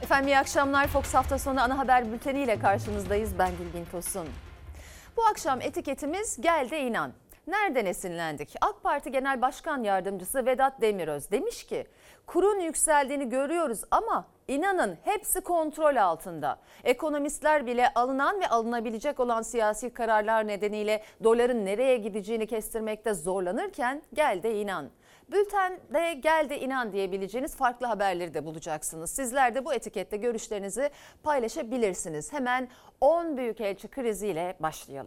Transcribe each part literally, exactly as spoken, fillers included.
Efendim iyi akşamlar. Fox hafta sonu ana haber bülteniyle karşınızdayız. Ben Gülbin Tosun. Bu akşam etiketimiz Gel de inan. Nereden esinlendik? AK Parti Genel Başkan Yardımcısı Vedat Demiröz demiş ki kurun yükseldiğini görüyoruz ama inanın hepsi kontrol altında. Ekonomistler bile alınan ve alınabilecek olan siyasi kararlar nedeniyle doların nereye gideceğini kestirmekte zorlanırken gel de inan. Bültende gel de inan diyebileceğiniz farklı haberleri de bulacaksınız. Sizler de bu etikette görüşlerinizi paylaşabilirsiniz. Hemen on Büyükelçi kriziyle başlayalım.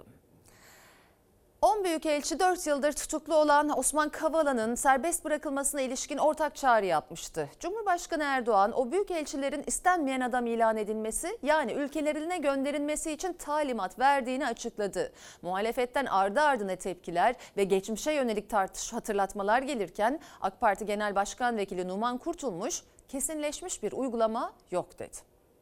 on Büyükelçi dört yıldır tutuklu olan Osman Kavala'nın serbest bırakılmasına ilişkin ortak çağrı yapmıştı. Cumhurbaşkanı Erdoğan o büyükelçilerin istenmeyen adam ilan edilmesi yani ülkelerine gönderilmesi için talimat verdiğini açıkladı. Muhalefetten ardı ardına tepkiler ve geçmişe yönelik tartış hatırlatmalar gelirken AK Parti Genel Başkan Vekili Numan Kurtulmuş kesinleşmiş bir uygulama yok dedi.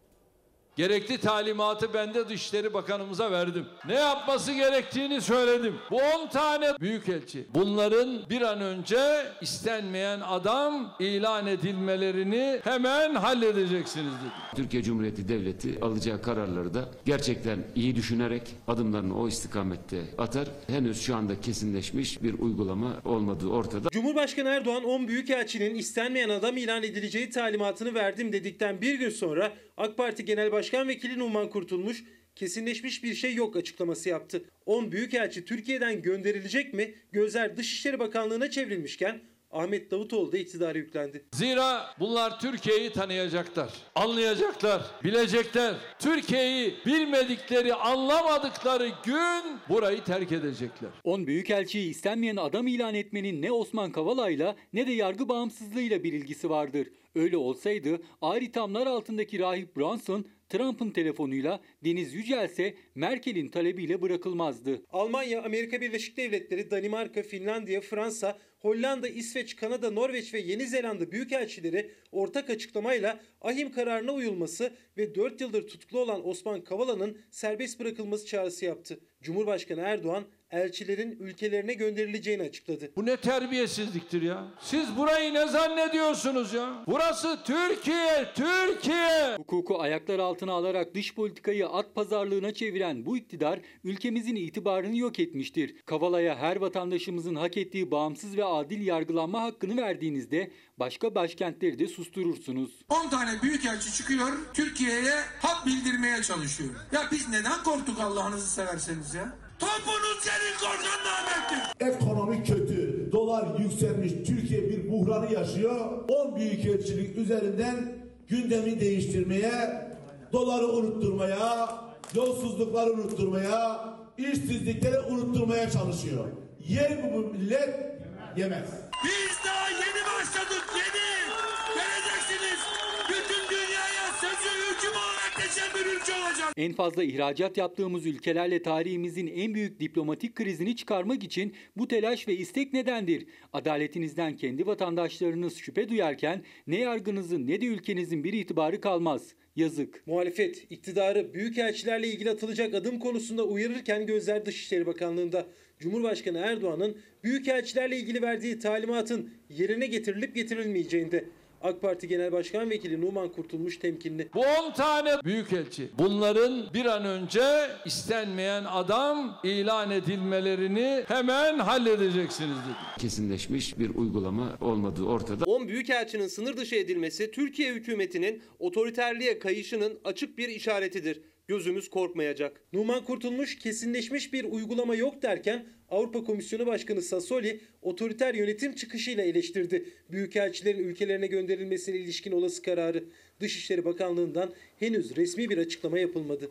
Gerekli talimatı ben de Dışişleri Bakanımıza verdim. Ne yapması gerektiğini söyledim. Bu on tane büyükelçi. Bunların bir an önce istenmeyen adam ilan edilmelerini hemen halledeceksiniz dedi. Türkiye Cumhuriyeti Devleti alacağı kararları da gerçekten iyi düşünerek adımlarını o istikamette atar. Henüz şu anda kesinleşmiş bir uygulama olmadığı ortada. Cumhurbaşkanı Erdoğan on büyükelçinin istenmeyen adam ilan edileceği talimatını verdim dedikten bir gün sonra AK Parti Genel Başkan Vekili Numan Kurtulmuş kesinleşmiş bir şey yok açıklaması yaptı. on büyükelçi Türkiye'den gönderilecek mi? Gözler Dışişleri Bakanlığı'na çevrilmişken Ahmet Davutoğlu da iktidara yüklendi. Zira bunlar Türkiye'yi tanıyacaklar, anlayacaklar, bilecekler. Türkiye'yi bilmedikleri, anlamadıkları gün burayı terk edecekler. on büyükelçiyi istenmeyen adam ilan etmenin ne Osman Kavala'yla ne de yargı bağımsızlığıyla bir ilgisi vardır. Öyle olsaydı ağır ithamlar altındaki rahip Brunson Trump'ın telefonuyla, Deniz Yücel ise Merkel'in talebiyle bırakılmazdı. Almanya, Amerika Birleşik Devletleri, Danimarka, Finlandiya, Fransa, Hollanda, İsveç, Kanada, Norveç ve Yeni Zelanda büyükelçileri ortak açıklamayla ahim kararına uyulması ve dört yıldır tutuklu olan Osman Kavala'nın serbest bırakılması çağrısı yaptı. Cumhurbaşkanı Erdoğan elçilerin ülkelerine gönderileceğini açıkladı. Bu ne terbiyesizliktir ya? Siz burayı ne zannediyorsunuz ya? Burası Türkiye, Türkiye! Hukuku ayaklar altına alarak dış politikayı at pazarlığına çeviren bu iktidar ülkemizin itibarını yok etmiştir. Kavala'ya her vatandaşımızın hak ettiği bağımsız ve adil yargılanma hakkını verdiğinizde başka başkentleri de susturursunuz. on tane büyükelçi çıkıyor, Türkiye'ye hak bildirmeye çalışıyor. Ya biz neden korktuk Allah'ınızı severseniz ya? Topunuz senin korkan Ahmet'tir. Ekonomi kötü, dolar yükselmiş, Türkiye bir buhranı yaşıyor. on büyükelçilik üzerinden gündemi değiştirmeye, doları unutturmaya, yolsuzlukları unutturmaya, işsizlikleri unutturmaya çalışıyor. Yer mi bu millet? Yemez. Biz daha yeni başladık, yeni. Göreceksiniz. Bütün dünyaya sözü hüküm olarak geçen bir ülke olacak. En fazla ihracat yaptığımız ülkelerle tarihimizin en büyük diplomatik krizini çıkarmak için bu telaş ve istek nedendir. Adaletinizden kendi vatandaşlarınız şüphe duyarken ne yargınızın ne de ülkenizin bir itibarı kalmaz. Yazık. Muhalefet iktidarı büyükelçilerle ilgili atılacak adım konusunda uyarırken gözler Dışişleri Bakanlığı'nda. Cumhurbaşkanı Erdoğan'ın büyükelçilerle ilgili verdiği talimatın yerine getirilip getirilmeyeceğinde. AK Parti Genel Başkan Vekili Numan Kurtulmuş temkinli. Bu on tane büyükelçi. Bunların bir an önce istenmeyen adam ilan edilmelerini hemen halledeceksiniz dedi. Kesinleşmiş bir uygulama olmadığı ortada. on büyükelçinin sınır dışı edilmesi Türkiye hükümetinin otoriterliğe kayışının açık bir işaretidir. Gözümüz korkmayacak. Numan Kurtulmuş kesinleşmiş bir uygulama yok derken Avrupa Komisyonu Başkanı Sassoli otoriter yönetim çıkışıyla eleştirdi. Büyükelçilerin ülkelerine gönderilmesine ilişkin olası kararı. Dışişleri Bakanlığı'ndan henüz resmi bir açıklama yapılmadı.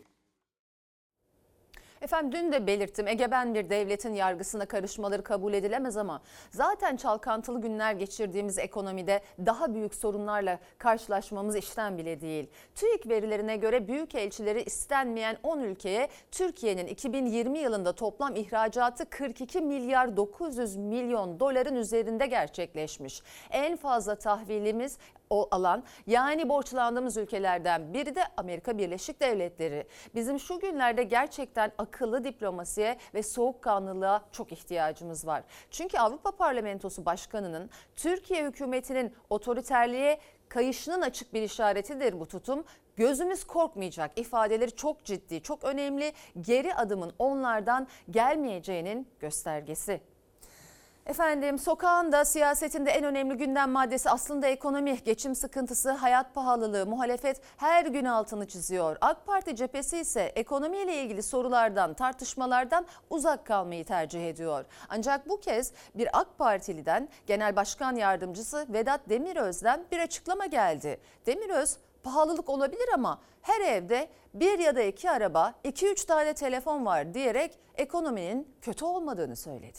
Efendim dün de belirttim, egemen bir devletin yargısına karışmaları kabul edilemez ama zaten çalkantılı günler geçirdiğimiz ekonomide daha büyük sorunlarla karşılaşmamız işten bile değil. TÜİK verilerine göre büyükelçileri istenmeyen on ülkeye Türkiye'nin iki bin yirmi yılında toplam ihracatı kırk iki milyar dokuz yüz milyon doların üzerinde gerçekleşmiş. En fazla tahvilimiz o alan yani borçlandığımız ülkelerden biri de Amerika Birleşik Devletleri. Bizim şu günlerde gerçekten akıllı diplomasiye ve soğukkanlılığa çok ihtiyacımız var. Çünkü Avrupa Parlamentosu Başkanı'nın Türkiye hükümetinin otoriterliğe kayışının açık bir işaretidir bu tutum. Gözümüz korkmayacak ifadeleri çok ciddi, çok önemli. Geri adımın onlardan gelmeyeceğinin göstergesi. Efendim, sokağın da siyasetin de en önemli gündem maddesi aslında ekonomi, geçim sıkıntısı, hayat pahalılığı. Muhalefet her gün altını çiziyor. AK Parti cephesi ise ekonomiyle ilgili sorulardan, tartışmalardan uzak kalmayı tercih ediyor. Ancak bu kez bir AK Partiliden Genel Başkan Yardımcısı Vedat Demiröz'den bir açıklama geldi. Demiröz, pahalılık olabilir ama her evde bir ya da iki araba, iki üç tane telefon var diyerek ekonominin kötü olmadığını söyledi.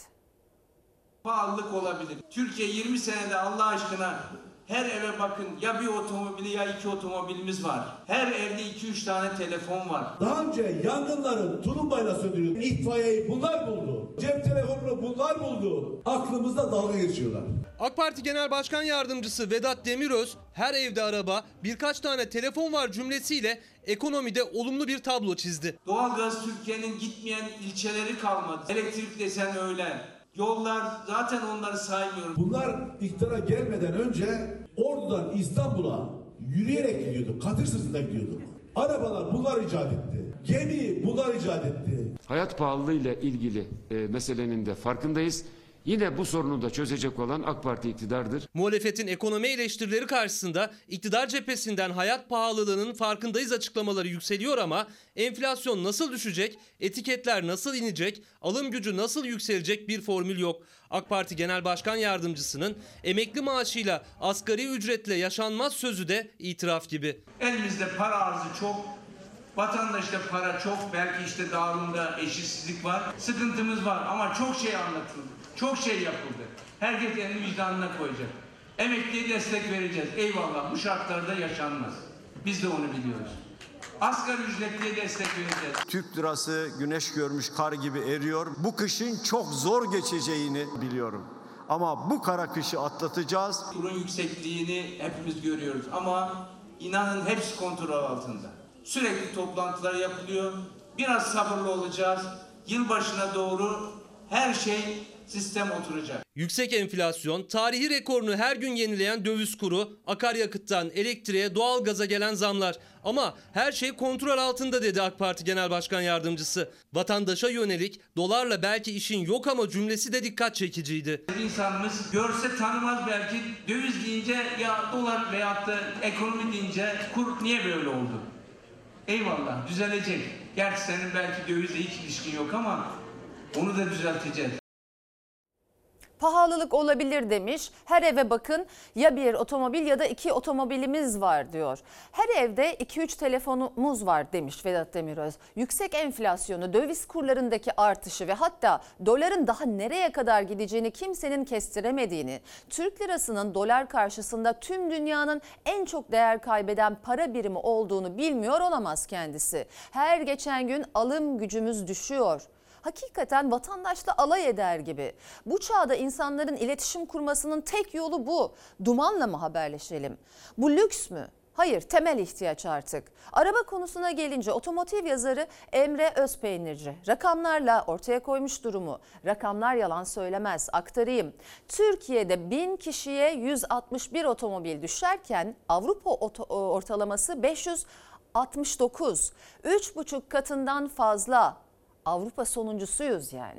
Pahalılık olabilir. Türkiye yirmi senede Allah aşkına her eve bakın, ya bir otomobili ya iki otomobilimiz var. Her evde iki üç tane telefon var. Daha önce yangınların tulumbayla söndürüldü. İtfaiyeyi bunlar buldu. Cep telefonunu bunlar buldu. Aklımızda dalga geçiyorlar. AK Parti Genel Başkan Yardımcısı Vedat Demiröz, her evde araba, birkaç tane telefon var cümlesiyle ekonomide olumlu bir tablo çizdi. Doğalgaz Türkiye'nin gitmeyen ilçeleri kalmadı. Elektrik desen öyle. Yollar, zaten onları saymıyorum. Bunlar iktidara gelmeden önce Ordu'dan İstanbul'a yürüyerek gidiyorduk. Katır sırtında gidiyorduk. Arabalar bunlar icat etti. Gemi bunlar icat etti. Hayat pahalılığı ile ilgili e, meselenin de farkındayız. Yine bu sorunu da çözecek olan AK Parti iktidardır. Muhalefetin ekonomi eleştirileri karşısında iktidar cephesinden hayat pahalılığının farkındayız açıklamaları yükseliyor ama enflasyon nasıl düşecek, etiketler nasıl inecek, alım gücü nasıl yükselecek bir formül yok. AK Parti Genel Başkan Yardımcısının emekli maaşıyla asgari ücretle yaşanmaz sözü de itiraf gibi. Elimizde para arzı çok, vatandaşta para çok, belki işte dağılımda eşitsizlik var, sıkıntımız var ama çok şey anlatıldı, çok şey yapıldı. Herkes elini vicdanına koyacak. Emekliye destek vereceğiz. Eyvallah, bu şartlarda yaşanmaz. Biz de onu biliyoruz. Asgari ücretliye destek vereceğiz. Türk lirası güneş görmüş kar gibi eriyor. Bu kışın çok zor geçeceğini biliyorum. Ama bu kara kışı atlatacağız. Kurun yüksekliğini hepimiz görüyoruz ama inanın hepsi kontrol altında. Sürekli toplantılar yapılıyor. Biraz sabırlı olacağız. Yılbaşına doğru her şey sistem oturacak. Yüksek enflasyon, tarihi rekorunu her gün yenileyen döviz kuru, akaryakıttan elektriğe, doğalgaza gelen zamlar. Ama her şey kontrol altında dedi AK Parti Genel Başkan Yardımcısı. Vatandaşa yönelik dolarla belki işin yok ama cümlesi de dikkat çekiciydi. İnsanımız görse tanımaz belki, döviz deyince ya dolar veyahut da ekonomi deyince kur niye böyle oldu? Eyvallah, düzelecek. Gerçi senin belki dövizle hiç ilişkin yok ama onu da düzelteceğiz. Pahalılık olabilir demiş. Her eve bakın, ya bir otomobil ya da iki otomobilimiz var diyor. Her evde iki üç telefonumuz var demiş Vedat Demiröz. Yüksek enflasyonu, döviz kurlarındaki artışı ve hatta doların daha nereye kadar gideceğini kimsenin kestiremediğini, Türk lirasının dolar karşısında tüm dünyanın en çok değer kaybeden para birimi olduğunu bilmiyor olamaz kendisi. Her geçen gün alım gücümüz düşüyor. Hakikaten vatandaşla alay eder gibi. Bu çağda insanların iletişim kurmasının tek yolu bu. Dumanla mı haberleşelim? Bu lüks mü? Hayır, temel ihtiyaç artık. Araba konusuna gelince otomotiv yazarı Emre Özpeynirci rakamlarla ortaya koymuş durumu. Rakamlar yalan söylemez, aktarayım. Türkiye'de bin kişiye yüz altmış bir otomobil düşerken Avrupa ortalaması beş yüz altmış dokuz. üç buçuk katından fazla. Avrupa sonuncusuyuz yani.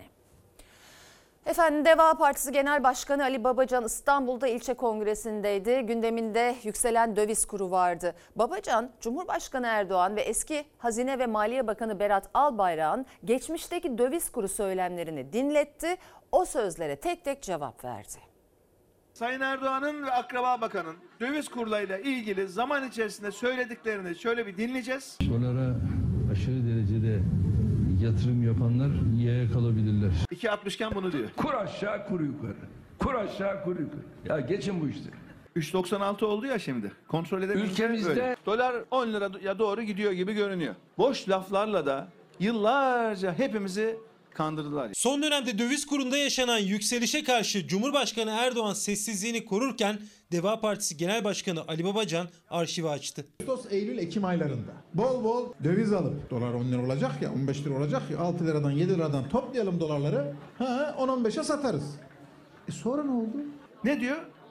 Efendim, Deva Partisi Genel Başkanı Ali Babacan İstanbul'da ilçe kongresindeydi. Gündeminde yükselen döviz kuru vardı. Babacan, Cumhurbaşkanı Erdoğan ve eski Hazine ve Maliye Bakanı Berat Albayrak'ın geçmişteki döviz kuru söylemlerini dinletti. O sözlere tek tek cevap verdi. Sayın Erdoğan'ın ve Akraba Bakan'ın döviz kurlarıyla ilgili zaman içerisinde söylediklerini şöyle bir dinleyeceğiz. Dolara aşırı derecede yatırım yapanlar yaya kalabilirler. iki altmış iken bunu diyor. Kur aşağı kur yukarı. Kur aşağı kur yukarı. Ya geçin bu işleri. üç doksan altı oldu ya şimdi. Kontrol edebiliriz. Ülkemizde öyle. Dolar on liraya doğru gidiyor gibi görünüyor. Boş laflarla da yıllarca hepimizi kandırdılar. Son dönemde döviz kurunda yaşanan yükselişe karşı Cumhurbaşkanı Erdoğan sessizliğini korurken Deva Partisi Genel Başkanı Ali Babacan arşivi açtı. Ağustos, Eylül, Ekim aylarında bol bol döviz alıp dolar on lira olacak ya, on beş lira olacak ya, altı liradan yedi liradan toplayalım dolarları, ha on on beşe satarız. E sonra ne oldu? Ne diyor?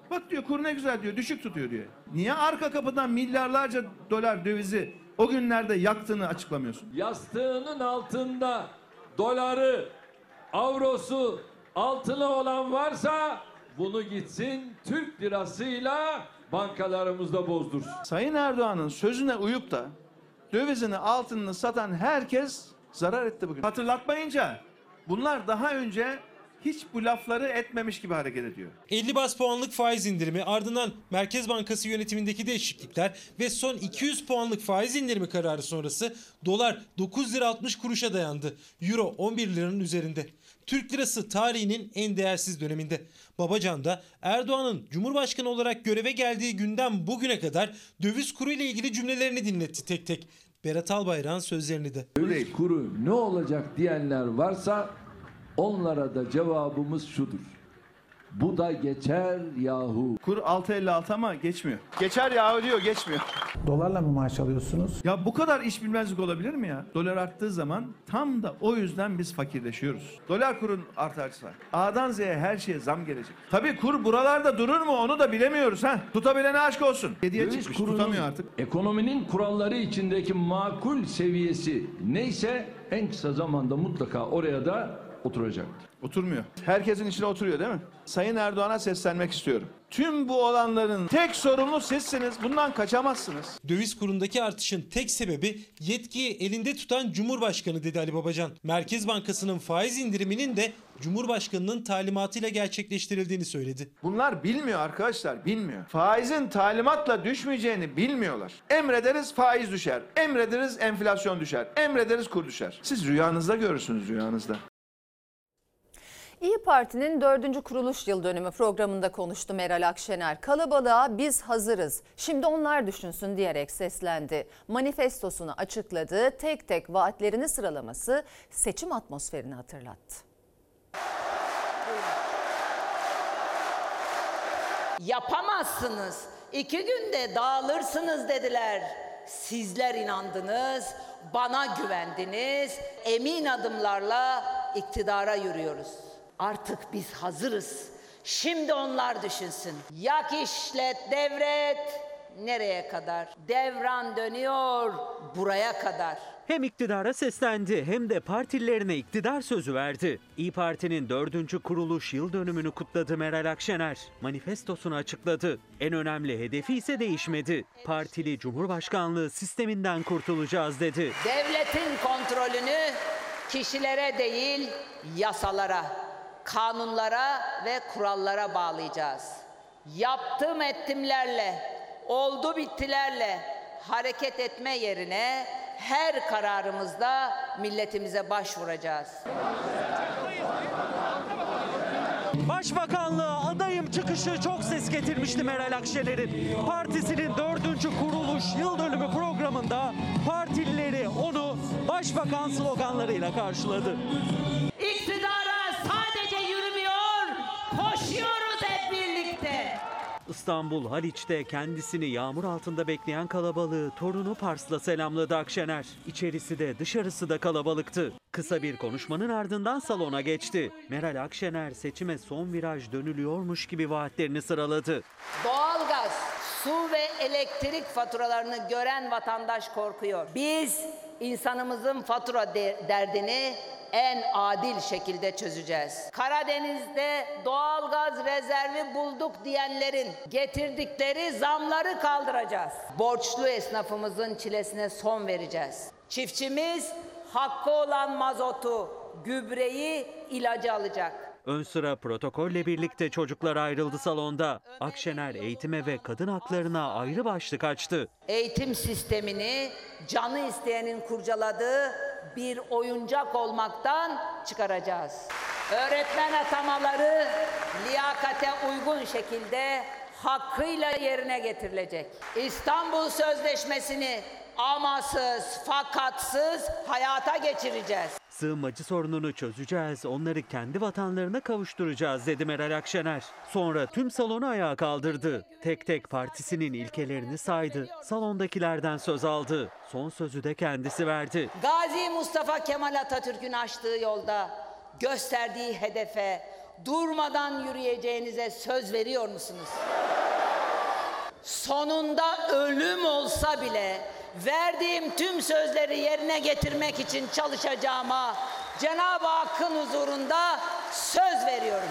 Bak diyor kur ne güzel diyor, düşük tutuyor diyor. Niye arka kapıdan milyarlarca dolar dövizi o günlerde yaktığını açıklamıyorsun? Yastığının altında doları, avrosu, altını olan varsa bunu gitsin Türk lirasıyla bankalarımızda bozdursun. Sayın Erdoğan'ın sözüne uyup da dövizini, altınını satan herkes zarar etti bugün. Hatırlatmayınca bunlar daha önce hiç bu lafları etmemiş gibi hareket ediyor. elli baz puanlık faiz indirimi, ardından Merkez Bankası yönetimindeki değişiklikler ve son iki yüz puanlık faiz indirimi kararı sonrası dolar dokuz lira altmış kuruşa dayandı. Euro on bir liranın üzerinde. Türk lirası tarihinin en değersiz döneminde. Babacan da Erdoğan'ın Cumhurbaşkanı olarak göreve geldiği günden bugüne kadar döviz kuru ile ilgili cümlelerini dinletti tek tek. Berat Albayrak'ın sözlerini de. Döviz kuru ne olacak diyenler varsa onlara da cevabımız şudur. Bu da geçer yahu. Kur altı elli altı ama geçmiyor. Geçer yahu diyor, geçmiyor. Dolarla mı maaş alıyorsunuz? Ya bu kadar iş bilmezlik olabilir mi ya? Dolar arttığı zaman tam da o yüzden biz fakirleşiyoruz. Dolar kurun artarsa A'dan Z'ye her şeye zam gelecek. Tabii kur buralarda durur mu onu da bilemiyoruz ha. Tutabilene aşk olsun. Hediye çıkmış, tutamıyor artık. Ekonominin kuralları içindeki makul seviyesi neyse en kısa zamanda mutlaka oraya da oturacaktır. Oturmuyor. Herkesin içine oturuyor değil mi? Sayın Erdoğan'a seslenmek istiyorum. Tüm bu olanların tek sorumlu sizsiniz. Bundan kaçamazsınız. Döviz kurundaki artışın tek sebebi yetkiyi elinde tutan Cumhurbaşkanı dedi Ali Babacan. Merkez Bankası'nın faiz indiriminin de Cumhurbaşkanı'nın talimatıyla gerçekleştirildiğini söyledi. Bunlar bilmiyor arkadaşlar, bilmiyor. Faizin talimatla düşmeyeceğini bilmiyorlar. Emrederiz faiz düşer. Emrederiz enflasyon düşer. Emrederiz kur düşer. Siz rüyanızda görürsünüz, rüyanızda. İyi Parti'nin dördüncü kuruluş yıl dönümü programında konuştu Meral Akşener. Kalabalığa biz hazırız, şimdi onlar düşünsün diyerek seslendi. Manifestosunu açıkladı, tek tek vaatlerini sıralaması seçim atmosferini hatırlattı. Yapamazsınız, iki günde dağılırsınız dediler. Sizler inandınız, bana güvendiniz, emin adımlarla iktidara yürüyoruz. Artık biz hazırız. Şimdi onlar düşünsün. Yak işlet devret nereye kadar? Devran dönüyor buraya kadar. Hem iktidara seslendi hem de partililerine iktidar sözü verdi. İyi Parti'nin dördüncü kuruluş yıl dönümünü kutladı Meral Akşener. Manifestosunu açıkladı. En önemli hedefi ise değişmedi. Partili Cumhurbaşkanlığı sisteminden kurtulacağız dedi. Devletin kontrolünü kişilere değil yasalara, kanunlara ve kurallara bağlayacağız. Yaptım ettimlerle, oldu bittilerle hareket etme yerine her kararımızda milletimize başvuracağız. Başbakanlığa adayım çıkışı çok ses getirmişti Meral Akşener'in. Partisinin dördüncü kuruluş yıl dönümü programında partilileri onu başbakan sloganlarıyla karşıladı. İktidara sadece yürümüyor, koşuyoruz hep birlikte. İstanbul Haliç'te kendisini yağmur altında bekleyen kalabalığı torunu Pars'la selamladı Akşener. İçerisi de dışarısı da kalabalıktı. Kısa bir konuşmanın ardından salona geçti. Meral Akşener seçime son viraj dönülüyormuş gibi vaatlerini sıraladı. Doğalgaz, su ve elektrik faturalarını gören vatandaş korkuyor. Biz insanımızın fatura de- derdini en adil şekilde çözeceğiz. Karadeniz'de doğalgaz rezervi bulduk diyenlerin getirdikleri zamları kaldıracağız. Borçlu esnafımızın çilesine son vereceğiz. Çiftçimiz hakkı olan mazotu, gübreyi, ilacı alacak. Ön sıra protokolle birlikte çocuklar ayrıldı salonda. Akşener eğitime ve kadın haklarına ayrı başlık açtı. Eğitim sistemini canı isteyenin kurcaladığı bir oyuncak olmaktan çıkaracağız. Öğretmen atamaları liyakate uygun şekilde hakkıyla yerine getirilecek. İstanbul Sözleşmesi'ni amasız, fakatsız hayata geçireceğiz. Sığınmacı sorununu çözeceğiz, onları kendi vatanlarına kavuşturacağız dedi Meral Akşener. Sonra tüm salonu ayağa kaldırdı. Tek tek partisinin ilkelerini saydı. Salondakilerden söz aldı. Son sözü de kendisi verdi. Gazi Mustafa Kemal Atatürk'ün açtığı yolda, gösterdiği hedefe, durmadan yürüyeceğinize söz veriyor musunuz? Sonunda ölüm olsa bile verdiğim tüm sözleri yerine getirmek için çalışacağıma Cenab-ı Hakk'ın huzurunda söz veriyorum.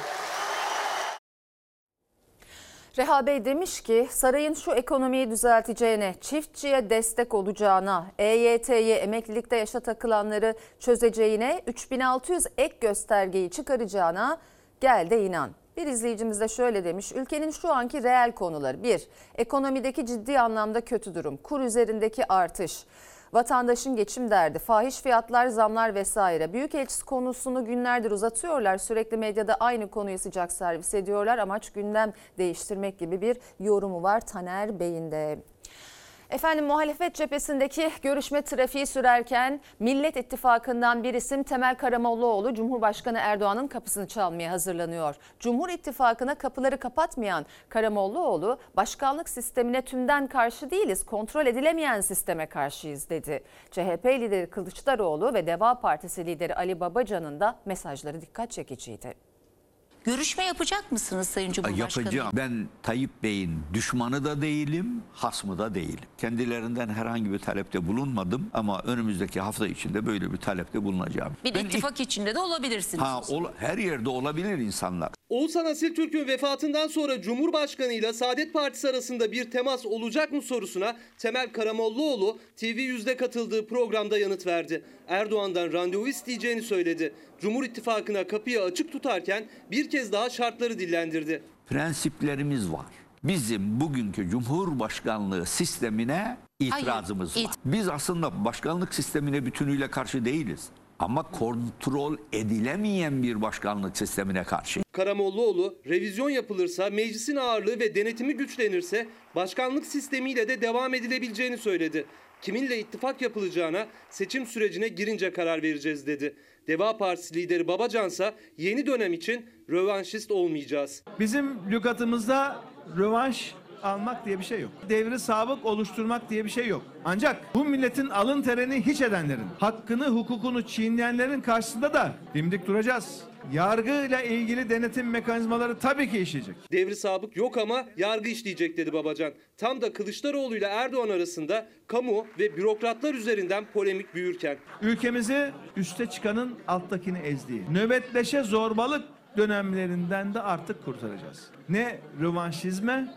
Reha Bey demiş ki sarayın şu ekonomiyi düzelteceğine, çiftçiye destek olacağına, E Y T'yi emeklilikte yaşa takılanları çözeceğine, üç bin altı yüz ek göstergeyi çıkaracağına gel de inan. Bir izleyicimiz de şöyle demiş, ülkenin şu anki reel konuları: bir Ekonomideki ciddi anlamda kötü durum, kur üzerindeki artış, vatandaşın geçim derdi, fahiş fiyatlar, zamlar vesaire. Büyükelçisi konusunu günlerdir uzatıyorlar. Sürekli medyada aynı konuyu sıcak servis ediyorlar. Amaç gündem değiştirmek gibi bir yorumu var Taner Bey'in de. Efendim, muhalefet cephesindeki görüşme trafiği sürerken Millet İttifakı'ndan bir isim Temel Karamollaoğlu Cumhurbaşkanı Erdoğan'ın kapısını çalmaya hazırlanıyor. Cumhur İttifakı'na kapıları kapatmayan Karamollaoğlu, başkanlık sistemine tümden karşı değiliz, kontrol edilemeyen sisteme karşıyız dedi. C H P lideri Kılıçdaroğlu ve Deva Partisi lideri Ali Babacan'ın da mesajları dikkat çekiciydi. Görüşme yapacak mısınız Sayın Cumhurbaşkanı? Yapacağım. Ben Tayyip Bey'in düşmanı da değilim, hasmı da değilim. Kendilerinden herhangi bir talepte bulunmadım ama önümüzdeki hafta içinde böyle bir talepte bulunacağım. Bir ben ittifak ilk... içinde de olabilirsiniz. Ha, ol... her yerde olabilir insanlar. Oğuzhan Asiltürk'ün vefatından sonra Cumhurbaşkanı ile Saadet Partisi arasında bir temas olacak mı sorusuna Temel Karamollaoğlu T V yüzde katıldığı programda yanıt verdi. Erdoğan'dan randevu isteyeceğini söyledi. Cumhur İttifakı'na kapıyı açık tutarken bir kez daha şartları dillendirdi. Prensiplerimiz var. Bizim bugünkü Cumhurbaşkanlığı sistemine itirazımız Hayır, it- var. Biz aslında başkanlık sistemine bütünüyle karşı değiliz. Ama kontrol edilemeyen bir başkanlık sistemine karşı. Karamollaoğlu, revizyon yapılırsa, meclisin ağırlığı ve denetimi güçlenirse başkanlık sistemiyle de devam edilebileceğini söyledi. Kiminle ittifak yapılacağına seçim sürecine girince karar vereceğiz dedi. Deva Partisi lideri Babacansa yeni dönem için rövanşist olmayacağız. Bizim lügatımızda rövanş almak diye bir şey yok. Devri sabık oluşturmak diye bir şey yok. Ancak bu milletin alın terini hiç edenlerin, hakkını, hukukunu çiğneyenlerin karşısında da dimdik duracağız. Yargıyla ilgili denetim mekanizmaları tabii ki işleyecek. Devri sabık yok ama yargı işleyecek dedi Babacan. Tam da Kılıçdaroğlu ile Erdoğan arasında kamu ve bürokratlar üzerinden polemik büyürken. Ülkemizi üste çıkanın alttakini ezdiği, nöbetleşe zorbalık dönemlerinden de artık kurtaracağız. Ne rövanşizme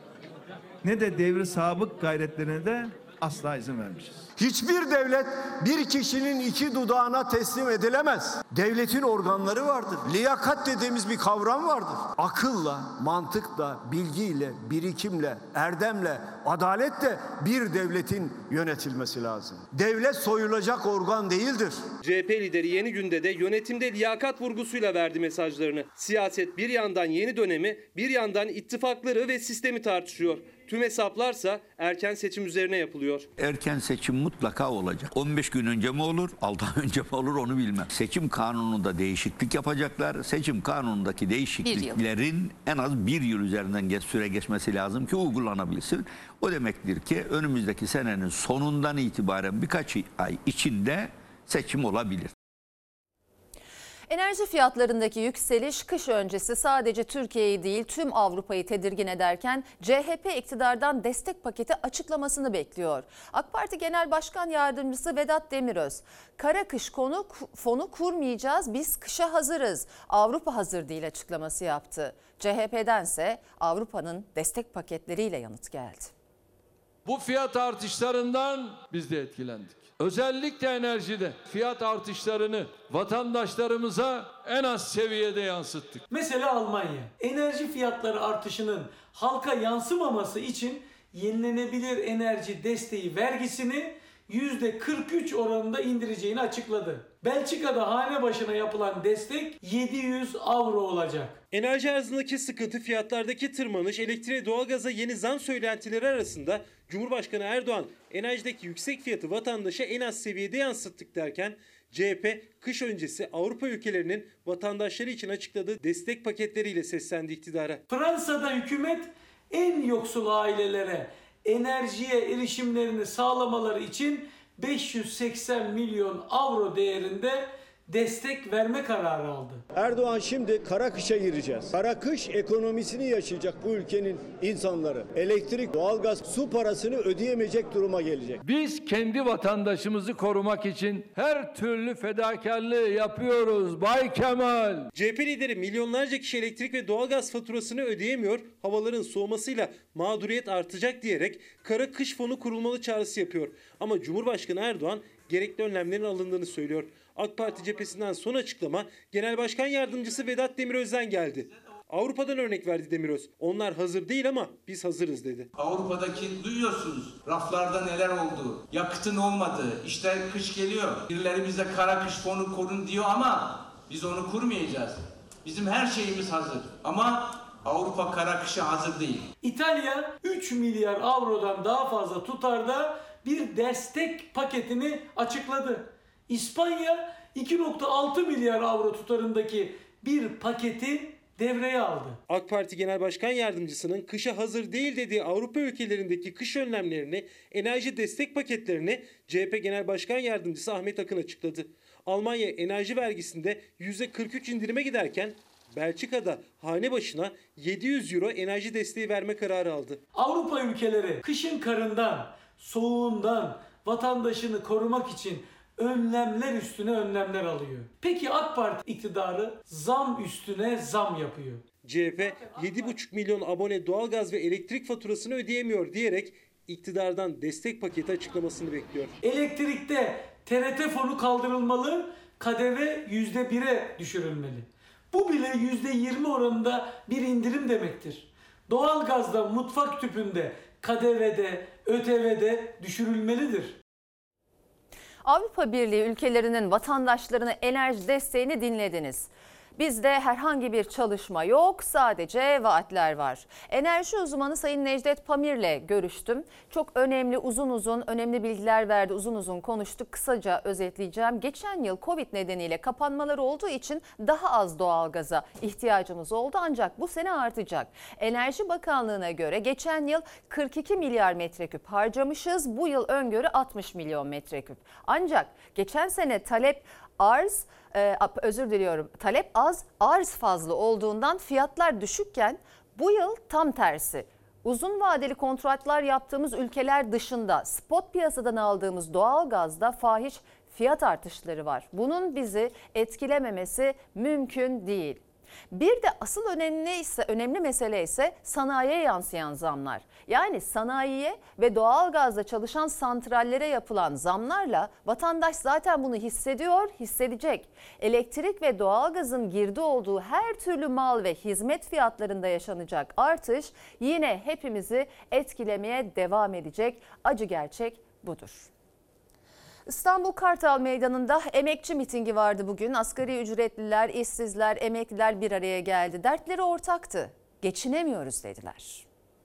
ne de devri sabık gayretlerine de asla izin vermişiz. Hiçbir devlet bir kişinin iki dudağına teslim edilemez. Devletin organları vardır. Liyakat dediğimiz bir kavram vardır. Akılla, mantıkla, bilgiyle, birikimle, erdemle, adaletle bir devletin yönetilmesi lazım. Devlet soyulacak organ değildir. C H P lideri Yeni Gün'de de yönetimde liyakat vurgusuyla verdi mesajlarını. Siyaset bir yandan yeni dönemi, bir yandan ittifakları ve sistemi tartışıyor. Tüm hesaplarsa erken seçim üzerine yapılıyor. Erken seçim mutlaka olacak. on beş gün önce mi olur, altı ay önce mi olur onu bilmem. Seçim kanununda değişiklik yapacaklar. Seçim kanunundaki değişikliklerin en az bir yıl üzerinden geç, süre geçmesi lazım ki uygulanabilsin. O demektir ki önümüzdeki senenin sonundan itibaren birkaç ay içinde seçim olabilir. Enerji fiyatlarındaki yükseliş kış öncesi sadece Türkiye'yi değil tüm Avrupa'yı tedirgin ederken C H P iktidardan destek paketi açıklamasını bekliyor. AK Parti Genel Başkan Yardımcısı Vedat Demiröz, kara kış konu fonu kurmayacağız, biz kışa hazırız, Avrupa hazır değil açıklaması yaptı. C H P'dense Avrupa'nın destek paketleriyle yanıt geldi. Bu fiyat artışlarından biz de etkilendik. Özellikle enerjide fiyat artışlarını vatandaşlarımıza en az seviyede yansıttık. Mesela Almanya, enerji fiyatları artışının halka yansımaması için yenilenebilir enerji desteği vergisini yüzde kırk üç oranında indireceğini açıkladı. Belçika'da hane başına yapılan destek yedi yüz avro olacak. Enerji arzındaki sıkıntı, fiyatlardaki tırmanış, elektriğe, doğalgaza yeni zam söylentileri arasında Cumhurbaşkanı Erdoğan enerjideki yüksek fiyatı vatandaşa en az seviyede yansıttık derken C H P kış öncesi Avrupa ülkelerinin vatandaşları için açıkladığı destek paketleriyle seslendi iktidara. Fransa'da hükümet en yoksul ailelere enerjiye erişimlerini sağlamaları için beş yüz seksen milyon avro değerinde destek verme kararı aldı. Erdoğan şimdi kara kışa gireceğiz. Kara kış ekonomisini yaşayacak bu ülkenin insanları. Elektrik, doğalgaz, su parasını ödeyemeyecek duruma gelecek. Biz kendi vatandaşımızı korumak için her türlü fedakarlığı yapıyoruz Bay Kemal. C H P lideri milyonlarca kişi elektrik ve doğalgaz faturasını ödeyemiyor, havaların soğumasıyla mağduriyet artacak diyerek kara kış fonu kurulmalı çağrısı yapıyor. Ama Cumhurbaşkanı Erdoğan gerekli önlemlerin alındığını söylüyor. AK Parti cephesinden son açıklama Genel Başkan Yardımcısı Vedat Demiröz'den geldi. Avrupa'dan örnek verdi Demiröz. Onlar hazır değil ama biz hazırız dedi. Avrupa'daki duyuyorsunuz raflarda neler oldu. Yakıtın olmadığı, işte kış geliyor. Birileri bize kara kış fonu kurun diyor ama biz onu kurmayacağız. Bizim her şeyimiz hazır ama Avrupa kara kışa hazır değil. İtalya üç milyar avrodan daha fazla tutarda bir destek paketini açıkladı. İspanya iki nokta altı milyar avro tutarındaki bir paketi devreye aldı. AK Parti Genel Başkan Yardımcısının kışa hazır değil dediği Avrupa ülkelerindeki kış önlemlerini, enerji destek paketlerini C H P Genel Başkan Yardımcısı Ahmet Akın açıkladı. Almanya enerji vergisinde yüzde kırk üç indirime giderken Belçika'da hane başına yedi yüz euro enerji desteği verme kararı aldı. Avrupa ülkeleri kışın karından, soğuğundan vatandaşını korumak için önlemler üstüne önlemler alıyor. Peki AK Parti iktidarı zam üstüne zam yapıyor. C H P yedi buçuk milyon abone doğalgaz ve elektrik faturasını ödeyemiyor diyerek iktidardan destek paketi açıklamasını bekliyor. Elektrikte T R T fonu kaldırılmalı, K D V yüzde bire düşürülmeli. Bu bile yüzde yirmi oranında bir indirim demektir. Doğalgazda, mutfak tüpünde, K D V'de, Ö T V'de düşürülmelidir. Avrupa Birliği ülkelerinin vatandaşlarına enerji desteğini dinlediniz. Bizde herhangi bir çalışma yok, sadece vaatler var. Enerji uzmanı Sayın Necdet Pamir'le görüştüm. Çok önemli, uzun uzun önemli bilgiler verdi, uzun uzun konuştuk. Kısaca özetleyeceğim. Geçen yıl Covid nedeniyle kapanmalar olduğu için daha az doğalgaza ihtiyacımız oldu ancak bu sene artacak. Enerji Bakanlığı'na göre geçen yıl kırk iki milyar metreküp harcamışız. Bu yıl öngörü altmış milyon metreküp. Ancak geçen sene talep arz Ee, özür diliyorum talep az, arz fazla olduğundan fiyatlar düşükken bu yıl tam tersi. Uzun vadeli kontratlar yaptığımız ülkeler dışında spot piyasadan aldığımız doğalgazda fahiş fiyat artışları var. Bunun bizi etkilememesi mümkün değil. Bir de asıl önemli ise önemli mesele ise sanayiye yansıyan zamlar. Yani sanayiye ve doğalgazla çalışan santrallere yapılan zamlarla vatandaş zaten bunu hissediyor, hissedecek. Elektrik ve doğalgazın girdi olduğu her türlü mal ve hizmet fiyatlarında yaşanacak artış yine hepimizi etkilemeye devam edecek. Acı gerçek budur. İstanbul Kartal Meydanı'nda emekçi mitingi vardı bugün. Asgari ücretliler, işsizler, emekliler bir araya geldi. Dertleri ortaktı. Geçinemiyoruz dediler.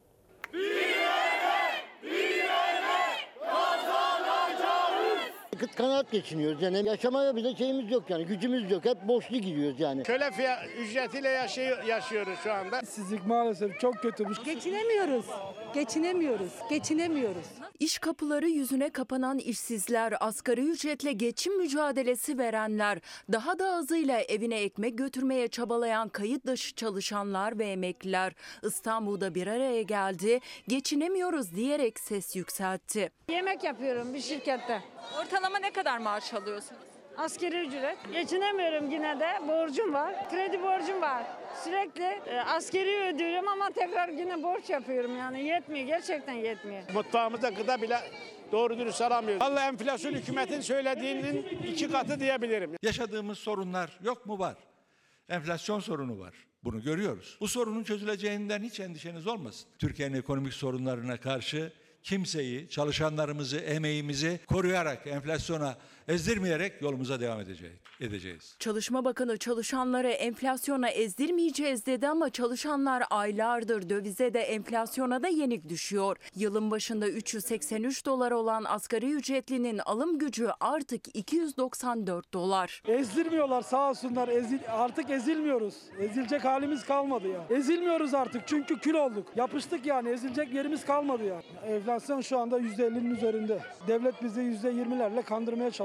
Kıt kanaat geçiniyoruz yani yaşamaya bile şeyimiz yok yani gücümüz yok hep boşlu gidiyoruz yani. Köle fiyat ücretiyle yaşay- yaşıyoruz şu anda. İşsizlik maalesef çok kötümüş. Geçinemiyoruz, geçinemiyoruz, geçinemiyoruz. İş kapıları yüzüne kapanan işsizler, asgari ücretle geçim mücadelesi verenler, daha da azıyla evine ekmek götürmeye çabalayan kayıt dışı çalışanlar ve emekliler İstanbul'da bir araya geldi, geçinemiyoruz diyerek ses yükseltti. Yemek yapıyorum bir şirkette. Ortalama ne kadar maaş alıyorsunuz? Asgari ücret. Geçinemiyorum yine de. Borcum var. Kredi borcum var. Sürekli e, askeri ödüyorum ama tekrar yine borç yapıyorum yani. Yetmiyor. Gerçekten yetmiyor. Mutfağımıza gıda bile doğru dürüst alamıyoruz. Vallahi enflasyon hükümetin söylediğinin iki katı diyebilirim. Yaşadığımız sorunlar yok mu? Var. Enflasyon sorunu var. Bunu görüyoruz. Bu sorunun çözüleceğinden hiç endişeniz olmasın. Türkiye'nin ekonomik sorunlarına karşı kimseyi, çalışanlarımızı, emeğimizi koruyarak, enflasyona ezdirmeyerek yolumuza devam edeceğiz. edeceğiz. Çalışma Bakanı çalışanları enflasyona ezdirmeyeceğiz dedi ama çalışanlar aylardır dövize de enflasyona da yenik düşüyor. Yılın başında üç yüz seksen üç dolar olan asgari ücretlinin alım gücü artık iki yüz doksan dört dolar. Ezdirmiyorlar sağ olsunlar ezil, artık ezilmiyoruz. Ezilecek halimiz kalmadı ya. Ezilmiyoruz artık çünkü kül olduk. Yapıştık yani ezilecek yerimiz kalmadı ya. Enflasyon şu anda yüzde ellinin üzerinde. Devlet bizi yüzde yirmilerle kandırmaya çalışıyor.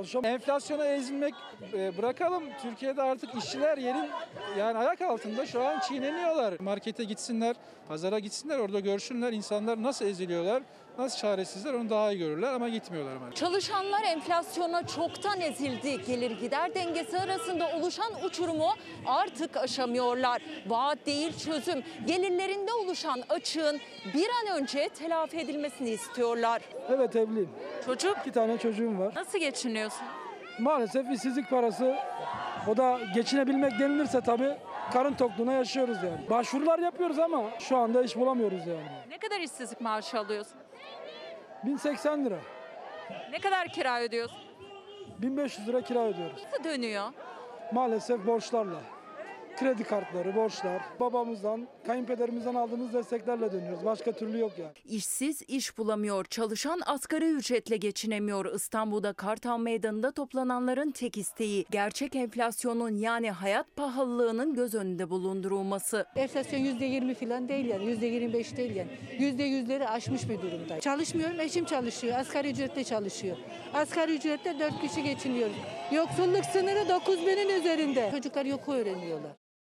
çalışıyorum. Enflasyona ezilmek e, bırakalım. Türkiye'de artık işçiler yerin yani ayak altında şu an çiğneniyorlar. Markete gitsinler, pazara gitsinler, orada görsünler insanlar nasıl eziliyorlar, nasıl çaresizler onu daha iyi görürler ama gitmiyorlar. Maalesef. Çalışanlar enflasyona çoktan ezildi. Gelir gider dengesi arasında oluşan uçurumu artık aşamıyorlar. Vaat değil çözüm. Gelirlerinde oluşan açığın bir an önce telafi edilmesini istiyorlar. Evet, evliyim. Çocuk? İki tane çocuğum var. Nasıl geçiniyorsun? Maalesef işsizlik parası, o da geçinebilmek denilirse tabii karın tokluğuna yaşıyoruz yani. Başvurular yapıyoruz ama şu anda iş bulamıyoruz yani. Ne kadar işsizlik maaşı alıyorsun? bin seksen lira. Ne kadar kira ödüyorsun? bin beş yüz lira kira ödüyoruz. Nasıl dönüyor? Maalesef borçlarla. Kredi kartları, borçlar. Babamızdan, kayınpederimizden aldığımız desteklerle dönüyoruz. Başka türlü yok yani. İşsiz iş bulamıyor, çalışan asgari ücretle geçinemiyor. İstanbul'da Kartal Meydanı'nda toplananların tek isteği gerçek enflasyonun yani hayat pahalılığının göz önünde bulundurulması. Enflasyon yüzde yirmi falan değil yani, yüzde yirmi beş değil yani. Yüzde yüzleri aşmış bir durumda. Çalışmıyorum, eşim çalışıyor, asgari ücretle çalışıyor. Asgari ücretle dört kişi geçiniyoruz. Yoksulluk sınırı dokuz binin üzerinde. Çocuklar yok öğreniyorlar.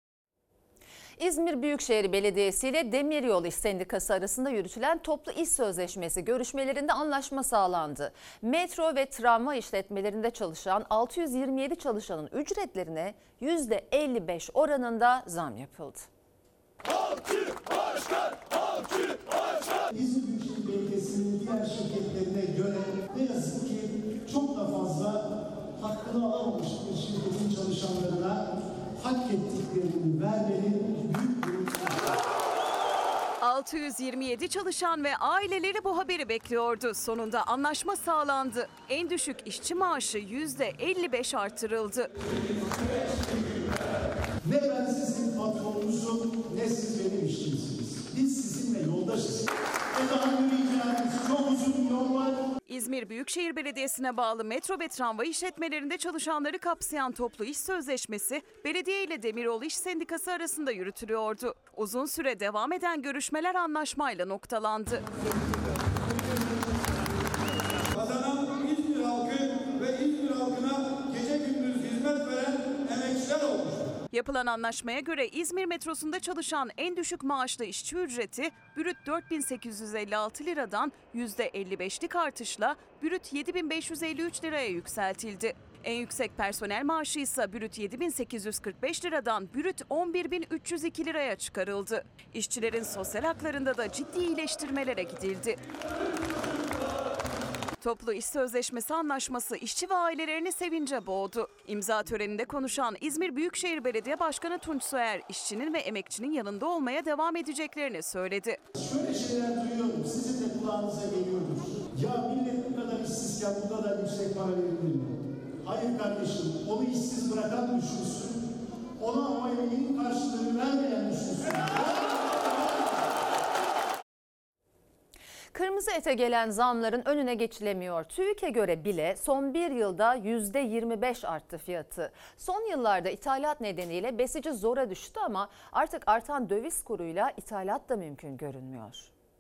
İzmir Büyükşehir Belediyesi ile Demiryolu İş Sendikası arasında yürütülen toplu iş sözleşmesi görüşmelerinde anlaşma sağlandı. Metro ve tramvay işletmelerinde çalışan altı yüz yirmi yedi çalışanın ücretlerine yüzde elli beş oranında zam yapıldı. Halkçı başkan, halkçı başkan. İzmir Büyükşehir Belediyesi'nin diğer şirketlerine göre ne yazık ki çok da fazla hakkını alamamış bir şirketin çalışanlarına hak ettiklerini vermenin büyük bir altı yüz yirmi yedi çalışan ve aileleri bu haberi bekliyordu. Sonunda anlaşma sağlandı. En düşük işçi maaşı yüzde elli beş artırıldı. Ne ben sizin patronunuzum ne siz benim işçimsiniz. Biz sizinle yoldaşız. Ve daha yürüyeceğimiz çok uzun bir yol var. İzmir Büyükşehir Belediyesi'ne bağlı metro ve tramvay işletmelerinde çalışanları kapsayan toplu iş sözleşmesi belediye ile Demiryolu İş Sendikası arasında yürütülüyordu. Uzun süre devam eden görüşmeler anlaşmayla noktalandı. Kazanan İzmir halkı ve İzmir halkına gece gündüz hizmet veren emekçiler olmuş. Yapılan anlaşmaya göre İzmir metrosunda çalışan en düşük maaşlı işçi ücreti brüt dört bin sekiz yüz elli altı liradan yüzde elli beşlik artışla brüt yedi bin beş yüz elli üç liraya yükseltildi. En yüksek personel maaşı ise brüt yedi bin sekiz yüz kırk beş liradan brüt on bir bin üç yüz iki liraya çıkarıldı. İşçilerin sosyal haklarında da ciddi iyileştirmelere gidildi. Toplu iş sözleşmesi anlaşması işçi ve ailelerini sevince boğdu. İmza töreninde konuşan İzmir Büyükşehir Belediye Başkanı Tunç Soyer, işçinin ve emekçinin yanında olmaya devam edeceklerini söyledi. Şöyle şeyler duyuyorum, sizin de kulağınıza geliyordur. Ya millet bu kadar işsizken bu kadar yüksek para verilir mi? Hayır kardeşim, onu işsiz bırakan düşünsün. Ona o emeğin karşılığını vermeyen düşünsün. Kırmızı ete gelen zamların önüne geçilemiyor. TÜİK'e göre bile son bir yılda yüzde yirmi beş arttı fiyatı. Son yıllarda ithalat nedeniyle besici zora düştü ama artık artan döviz kuruyla ithalat da mümkün görünmüyor.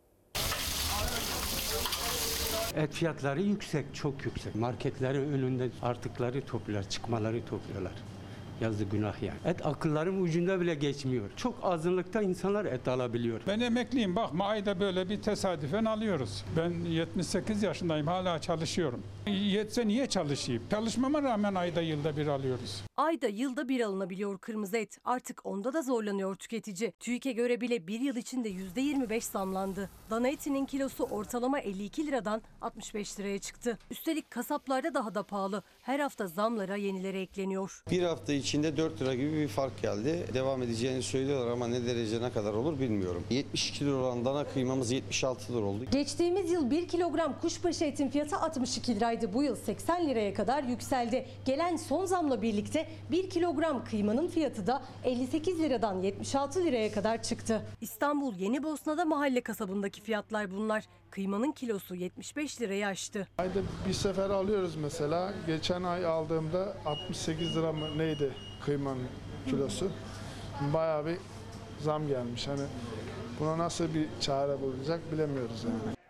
Et fiyatları yüksek, çok yüksek. Marketlerin önünde artıkları topluyorlar, çıkmaları topluyorlar. Yazı günah yani. Et akılların ucunda bile geçmiyor. Çok azınlıkta insanlar et alabiliyor. Ben emekliyim, bakma ayda böyle bir tesadüfen alıyoruz. Ben yetmiş sekiz yaşındayım, hala çalışıyorum. Yetse niye çalışayım? Çalışmama rağmen ayda yılda bir alıyoruz. Ayda yılda bir alınabiliyor kırmızı et. Artık onda da zorlanıyor tüketici. TÜİK'e göre bile bir yıl içinde yüzde yirmi beş zamlandı. Dana etinin kilosu ortalama elli iki liradan altmış beş liraya çıktı. Üstelik kasaplarda daha da pahalı. Her hafta zamlara yenileri ekleniyor. Bir hafta içinde dört lira gibi bir fark geldi. Devam edeceğini söylüyorlar ama ne derece ne kadar olur bilmiyorum. yetmiş iki lira olan dana kıymamız yetmiş altı lira oldu. Geçtiğimiz yıl bir kilogram kuşbaşı etin fiyatı altmış iki liraydı. Bu yıl seksen liraya kadar yükseldi. Gelen son zamla birlikte bir kilogram kıymanın fiyatı da elli sekiz liradan yetmiş altı liraya kadar çıktı. İstanbul Yenibosna'da mahalle kasabındaki fiyatlar bunlar. Kıymanın kilosu yetmiş beş lirayı aştı. Ayda bir sefer alıyoruz mesela. Geçen ay aldığımda altmış sekiz lira mı neydi kıymanın kilosu? Bayağı bir zam gelmiş. Hani buna nasıl bir çare bulacak bilemiyoruz yani.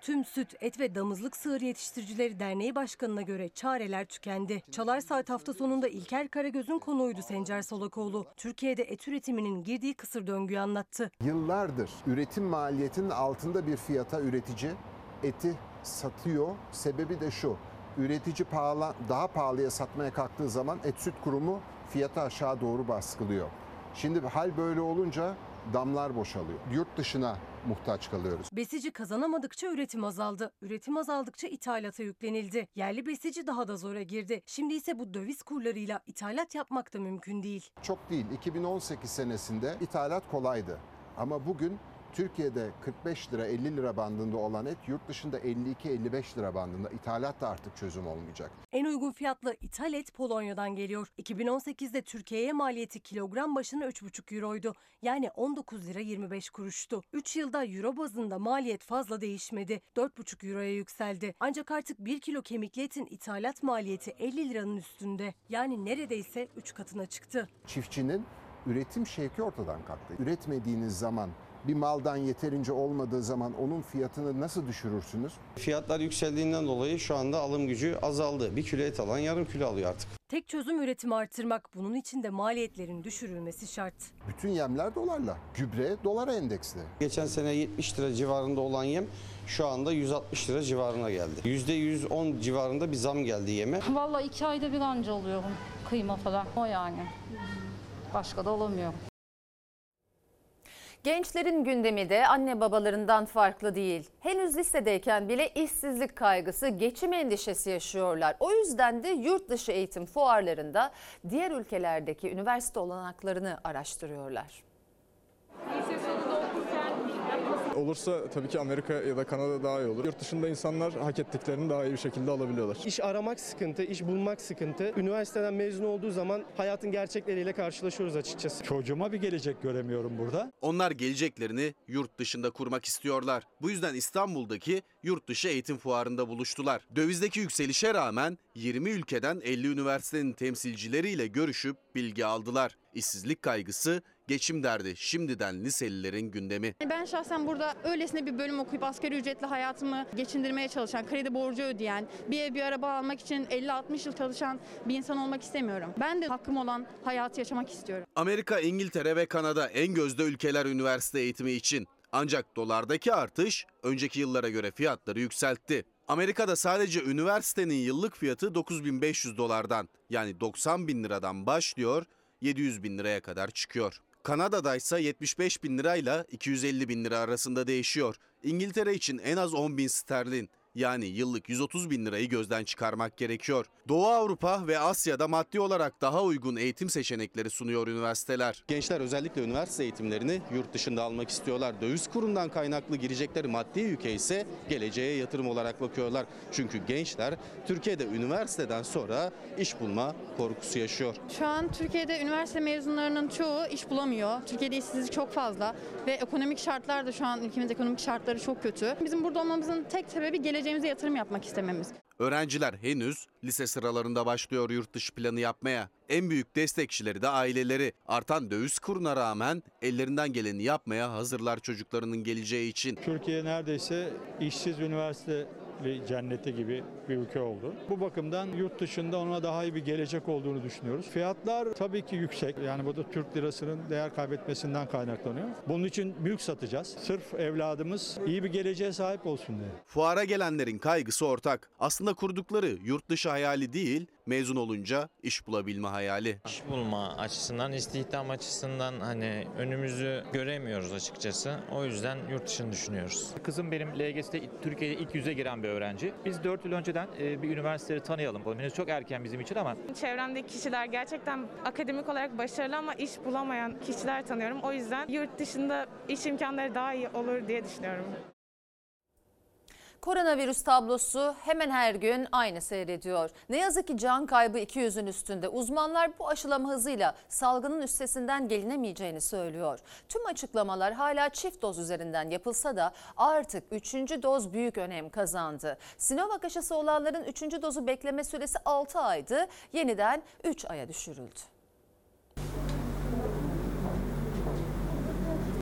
Tüm Süt, Et ve Damızlık Sığır Yetiştiricileri Derneği Başkanı'na göre çareler tükendi. Çalar Saat hafta sonunda İlker Karagöz'ün konuğuydu Sencer Solakoğlu. Türkiye'de et üretiminin girdiği kısır döngüyü anlattı. Yıllardır üretim maliyetinin altında bir fiyata üretici eti satıyor. Sebebi de şu: üretici pahalı, daha pahalıya satmaya kalktığı zaman Et Süt Kurumu fiyatı aşağı doğru baskılıyor. Şimdi hal böyle olunca damlar boşalıyor. Yurt dışına muhtaç kalıyoruz. Besici kazanamadıkça üretim azaldı. Üretim azaldıkça ithalata yüklenildi. Yerli besici daha da zora girdi. Şimdi ise bu döviz kurlarıyla ithalat yapmak da mümkün değil. Çok değil. iki bin on sekiz senesinde ithalat kolaydı. Ama bugün Türkiye'de kırk beş lira elli lira bandında olan et yurt dışında elli iki elli beş lira bandında. İthalat da artık çözüm olmayacak. En uygun fiyatlı ithal et Polonya'dan geliyor. iki bin on sekizde Türkiye'ye maliyeti kilogram başına üç buçuk euroydu. Yani on dokuz lira yirmi beş kuruştu. üç yılda euro bazında maliyet fazla değişmedi. dört buçuk euroya yükseldi. Ancak artık bir kilo kemikli etin ithalat maliyeti elli liranın üstünde. Yani neredeyse üç katına çıktı. Çiftçinin üretim şevki ortadan kalktı. Üretmediğiniz zaman, bir maldan yeterince olmadığı zaman onun fiyatını nasıl düşürürsünüz? Fiyatlar yükseldiğinden dolayı şu anda alım gücü azaldı. Bir kilo et alan yarım kilo alıyor artık. Tek çözüm üretimi artırmak. Bunun için de maliyetlerin düşürülmesi şart. Bütün yemler dolarla, gübre dolara endeksli. Geçen sene yetmiş lira civarında olan yem şu anda yüz altmış lira civarına geldi. yüzde yüz on civarında bir zam geldi yeme. Vallahi iki ayda bir anca alıyorum kıyma falan. O yani. Başka da olamıyor. Gençlerin gündemi de anne babalarından farklı değil. Henüz lisedeyken bile işsizlik kaygısı, geçim endişesi yaşıyorlar. O yüzden de yurt dışı eğitim fuarlarında diğer ülkelerdeki üniversite olanaklarını araştırıyorlar. Olursa tabii ki Amerika ya da Kanada daha iyi olur. Yurt dışında insanlar hak ettiklerini daha iyi bir şekilde alabiliyorlar. İş aramak sıkıntı, iş bulmak sıkıntı. Üniversiteden mezun olduğu zaman hayatın gerçekleriyle karşılaşıyoruz açıkçası. Çocuğuma bir gelecek göremiyorum burada. Onlar geleceklerini yurt dışında kurmak istiyorlar. Bu yüzden İstanbul'daki yurt dışı eğitim fuarında buluştular. Dövizdeki yükselişe rağmen yirmi ülkeden elli üniversitenin temsilcileriyle görüşüp bilgi aldılar. İşsizlik kaygısı, geçim derdi şimdiden liselilerin gündemi. Ben şahsen burada öylesine bir bölüm okuyup asgari ücretle hayatımı geçindirmeye çalışan, kredi borcu ödeyen, bir ev bir araba almak için elli altmış yıl çalışan bir insan olmak istemiyorum. Ben de hakkım olan hayatı yaşamak istiyorum. Amerika, İngiltere ve Kanada en gözde ülkeler üniversite eğitimi için. Ancak dolardaki artış önceki yıllara göre fiyatları yükseltti. Amerika'da sadece üniversitenin yıllık fiyatı dokuz bin beş yüz dolardan yani doksan bin liradan başlıyor, yedi yüz bin liraya kadar çıkıyor. Kanada'da ise yetmiş beş bin lirayla iki yüz elli bin lira arasında değişiyor. İngiltere için en az on bin sterlin yani yıllık yüz otuz bin lirayı gözden çıkarmak gerekiyor. Doğu Avrupa ve Asya'da maddi olarak daha uygun eğitim seçenekleri sunuyor üniversiteler. Gençler özellikle üniversite eğitimlerini yurt dışında almak istiyorlar. Döviz kurundan kaynaklı girecekleri maddi yüke ise geleceğe yatırım olarak bakıyorlar. Çünkü gençler Türkiye'de üniversiteden sonra iş bulma korkusu yaşıyor. Şu an Türkiye'de üniversite mezunlarının çoğu iş bulamıyor. Türkiye'de işsizlik çok fazla ve ekonomik şartlar da şu an ülkemizde ekonomik şartları çok kötü. Bizim burada olmamızın tek sebebi geleceğimize yatırım yapmak istememiz. Öğrenciler henüz lise sıralarında başlıyor yurt dışı planı yapmaya. En büyük destekçileri de aileleri. Artan döviz kuruna rağmen ellerinden geleni yapmaya hazırlar çocuklarının geleceği için. Türkiye neredeyse işsiz üniversite cenneti gibi bir ülke oldu. Bu bakımdan yurt dışında ona daha iyi bir gelecek olduğunu düşünüyoruz. Fiyatlar tabii ki yüksek. Yani bu da Türk lirasının değer kaybetmesinden kaynaklanıyor. Bunun için büyük satacağız. Sırf evladımız iyi bir geleceğe sahip olsun diye. Fuara gelenlerin kaygısı ortak. Aslında kurdukları yurt dışı hayali değil, mezun olunca iş bulabilme hayali. İş bulma açısından, istihdam açısından hani önümüzü göremiyoruz açıkçası. O yüzden yurt dışını düşünüyoruz. Kızım benim L G S'te Türkiye'de ilk yüze giren bir öğrenci. Biz dört yıl önceden bir üniversiteleri tanıyalım. Henüz çok erken bizim için ama. Çevremdeki kişiler gerçekten akademik olarak başarılı ama iş bulamayan kişiler tanıyorum. O yüzden yurt dışında iş imkanları daha iyi olur diye düşünüyorum. Koronavirüs tablosu hemen her gün aynı seyrediyor. Ne yazık ki can kaybı iki yüzün üstünde. Uzmanlar bu aşılama hızıyla salgının üstesinden gelinemeyeceğini söylüyor. Tüm açıklamalar hala çift doz üzerinden yapılsa da artık üçüncü doz büyük önem kazandı. Sinovac aşısı olanların üçüncü dozu bekleme süresi altı aydı. Yeniden üç aya düşürüldü.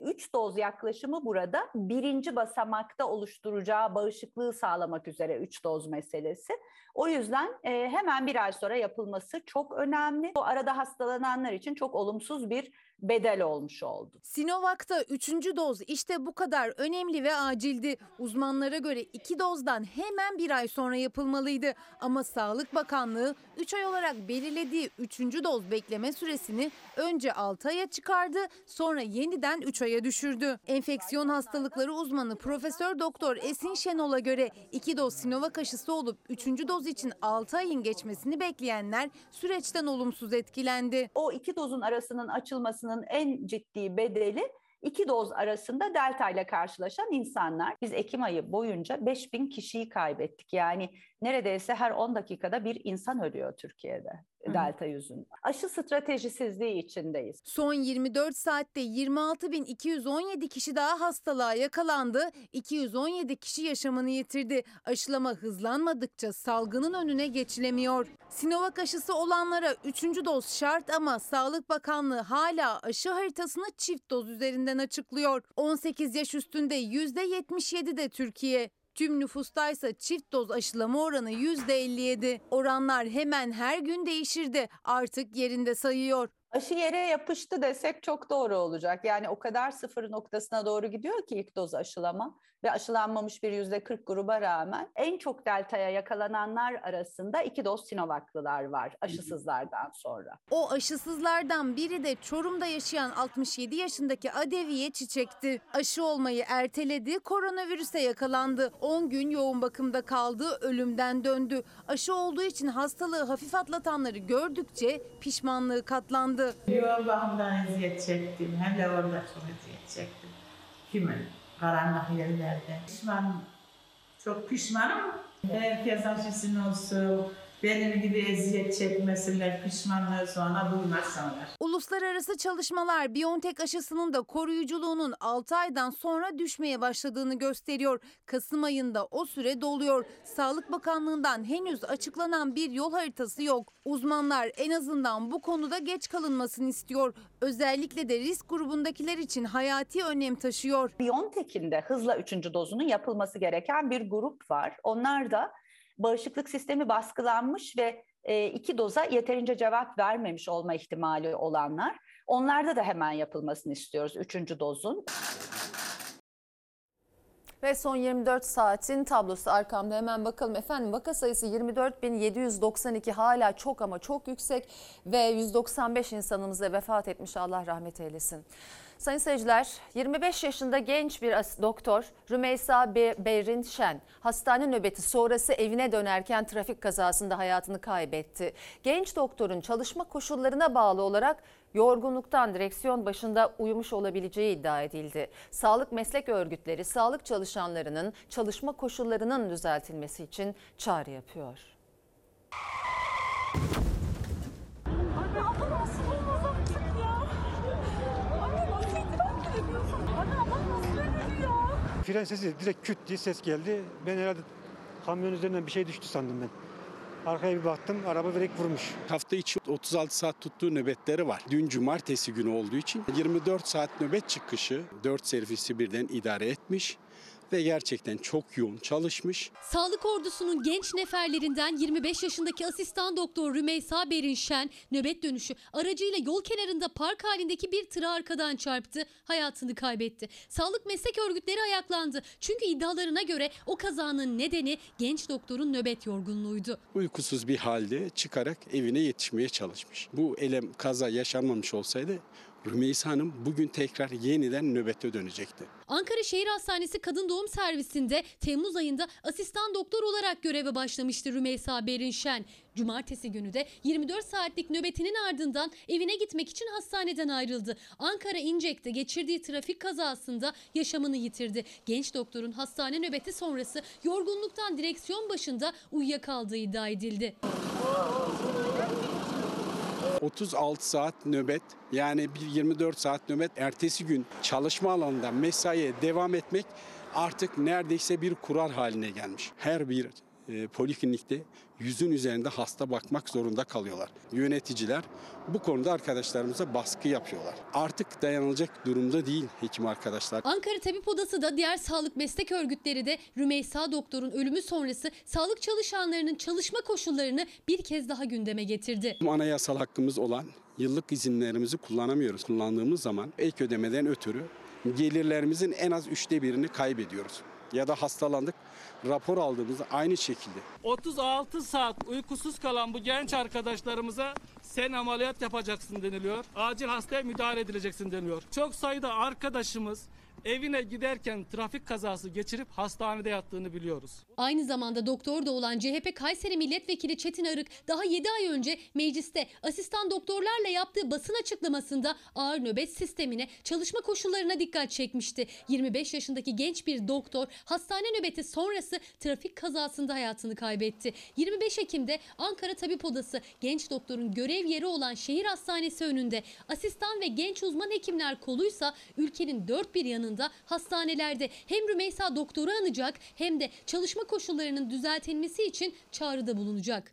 üç doz yaklaşımı burada birinci basamakta oluşturacağı bağışıklığı sağlamak üzere üç doz meselesi. O yüzden e, hemen bir ay sonra yapılması çok önemli. O arada hastalananlar için çok olumsuz bir bedel olmuş oldu. Sinovac'ta üçüncü doz işte bu kadar önemli ve acildi. Uzmanlara göre iki dozdan hemen bir ay sonra yapılmalıydı. Ama Sağlık Bakanlığı üç ay olarak belirlediği üçüncü doz bekleme süresini önce altı aya çıkardı, sonra yeniden üç aya düşürdü. Enfeksiyon hastalıkları uzmanı Profesör Doktor Esin Şenol'a göre iki doz Sinovac aşısı olup üçüncü doz için altı ayın geçmesini bekleyenler süreçten olumsuz etkilendi. O iki dozun arasının açılmasının en ciddi bedeli iki doz arasında delta ile karşılaşan insanlar. Biz Ekim ayı boyunca beş bin kişiyi kaybettik. Yani neredeyse her on dakikada bir insan ölüyor Türkiye'de delta yüzünden. Aşı stratejisizliği içindeyiz. Son yirmi dört saatte yirmi altı bin iki yüz on yedi kişi daha hastalığa yakalandı. iki yüz on yedi kişi yaşamını yitirdi. Aşılama hızlanmadıkça salgının önüne geçilemiyor. Sinovac aşısı olanlara üçüncü doz şart ama Sağlık Bakanlığı hala aşı haritasını çift doz üzerinden açıklıyor. on sekiz yaş üstünde yüzde yetmiş yedi de Türkiye. Tüm nüfustaysa çift doz aşılama oranı yüzde elli yedi. Oranlar hemen her gün değişirdi. Artık yerinde sayıyor. Aşı yere yapıştı desek çok doğru olacak. Yani o kadar sıfır noktasına doğru gidiyor ki ilk doz aşılama ve aşılanmamış bir yüzde kırk gruba rağmen en çok deltaya yakalananlar arasında iki doz Sinovac'lılar var aşısızlardan sonra. O aşısızlardan biri de Çorum'da yaşayan altmış yedi yaşındaki Adeviye Çiçek'ti. Aşı olmayı erteledi, koronavirüse yakalandı. on gün yoğun bakımda kaldı, ölümden döndü. Aşı olduğu için hastalığı hafif atlatanları gördükçe pişmanlığı katlandı. Yoğun bakımdan eziyet çektim. Hem de orada çok eziyet çektim. Kimin? Karanlık yerlerde. Pişmanım. Çok pişmanım. Herkes aşısını olsun. Benim gibi eziyet çekmesinler, pişmanlığı sonra duymasınlar. Uluslararası çalışmalar BioNTech aşısının da koruyuculuğunun altı aydan sonra düşmeye başladığını gösteriyor. Kasım ayında o süre doluyor. Sağlık Bakanlığı'ndan henüz açıklanan bir yol haritası yok. Uzmanlar en azından bu konuda geç kalınmasını istiyor. Özellikle de risk grubundakiler için hayati önem taşıyor. BioNTech'in de hızla üçüncü dozunun yapılması gereken bir grup var. Onlar da bağışıklık sistemi baskılanmış ve e, iki doza yeterince cevap vermemiş olma ihtimali olanlar. Onlarda da hemen yapılmasını istiyoruz üçüncü dozun. Ve son yirmi dört saatin tablosu arkamda, hemen bakalım efendim. Vaka sayısı yirmi dört bin yedi yüz doksan iki, hala çok ama çok yüksek ve yüz doksan beş insanımız da vefat etmiş, Allah rahmet eylesin. Sayın seyirciler, yirmi beş yaşında genç bir doktor Rümeysa Berin Şen hastane nöbeti sonrası evine dönerken trafik kazasında hayatını kaybetti. Genç doktorun çalışma koşullarına bağlı olarak yorgunluktan direksiyon başında uyumuş olabileceği iddia edildi. Sağlık meslek örgütleri sağlık çalışanlarının çalışma koşullarının düzeltilmesi için çağrı yapıyor. Fren sesi direkt küt diye ses geldi. Ben herhalde kamyon üzerinden bir şey düştü sandım ben. Arkaya bir baktım, araba direkt vurmuş. Hafta içi otuz altı saat tuttuğu nöbetleri var. Dün cumartesi günü olduğu için yirmi dört saat nöbet çıkışı dört servisi birden idare etmiş ve gerçekten çok yoğun çalışmış. Sağlık ordusunun genç neferlerinden yirmi beş yaşındaki asistan doktor Rümeysa Berin Şen nöbet dönüşü aracıyla yol kenarında park halindeki bir tıra arkadan çarptı, hayatını kaybetti. Sağlık meslek örgütleri ayaklandı. Çünkü iddialarına göre o kazanın nedeni genç doktorun nöbet yorgunluğuydu. Uykusuz bir halde çıkarak evine yetişmeye çalışmış. Bu elem kaza yaşanmamış olsaydı Rümeysa Hanım bugün tekrar yeniden nöbete dönecekti. Ankara Şehir Hastanesi Kadın Doğum Servisinde Temmuz ayında asistan doktor olarak göreve başlamıştı Rümeysa Berin Şen. Cumartesi günü de yirmi dört saatlik nöbetinin ardından evine gitmek için hastaneden ayrıldı. Ankara İncek'te geçirdiği trafik kazasında yaşamını yitirdi. Genç doktorun hastane nöbeti sonrası yorgunluktan direksiyon başında uyuyakaldığı iddia edildi. otuz altı saat nöbet, yani bir yirmi dört saat nöbet, ertesi gün çalışma alanında mesaiye devam etmek artık neredeyse bir kural haline gelmiş. Her bir e, poliklinikte yüzün üzerinde hasta bakmak zorunda kalıyorlar. Yöneticiler bu konuda arkadaşlarımıza baskı yapıyorlar. Artık dayanılacak durumda değil hekim arkadaşlar. Ankara Tabip Odası da diğer sağlık meslek örgütleri de Rümeysa Doktor'un ölümü sonrası sağlık çalışanlarının çalışma koşullarını bir kez daha gündeme getirdi. Anayasal hakkımız olan yıllık izinlerimizi kullanamıyoruz. Kullandığımız zaman ek ödemeden ötürü gelirlerimizin en az üçte birini kaybediyoruz. Ya da hastalandık, rapor aldığımızda aynı şekilde. otuz altı saat uykusuz kalan bu genç arkadaşlarımıza sen ameliyat yapacaksın deniliyor. Acil hastaya müdahale edileceksin deniliyor. Çok sayıda arkadaşımız evine giderken trafik kazası geçirip hastanede yattığını biliyoruz. Aynı zamanda doktor da olan C H P Kayseri Milletvekili Çetin Arık daha yedi ay önce mecliste asistan doktorlarla yaptığı basın açıklamasında ağır nöbet sistemine, çalışma koşullarına dikkat çekmişti. yirmi beş yaşındaki genç bir doktor hastane nöbeti sonrası trafik kazasında hayatını kaybetti. yirmi beş Ekim'de Ankara Tabip Odası genç doktorun görev yeri olan şehir hastanesi önünde asistan ve genç uzman hekimler koluysa ülkenin dört bir yanında hastanelerde hem Rümeysa Doktor'u anacak hem de çalışma koşullarının düzeltilmesi için çağrıda bulunacak.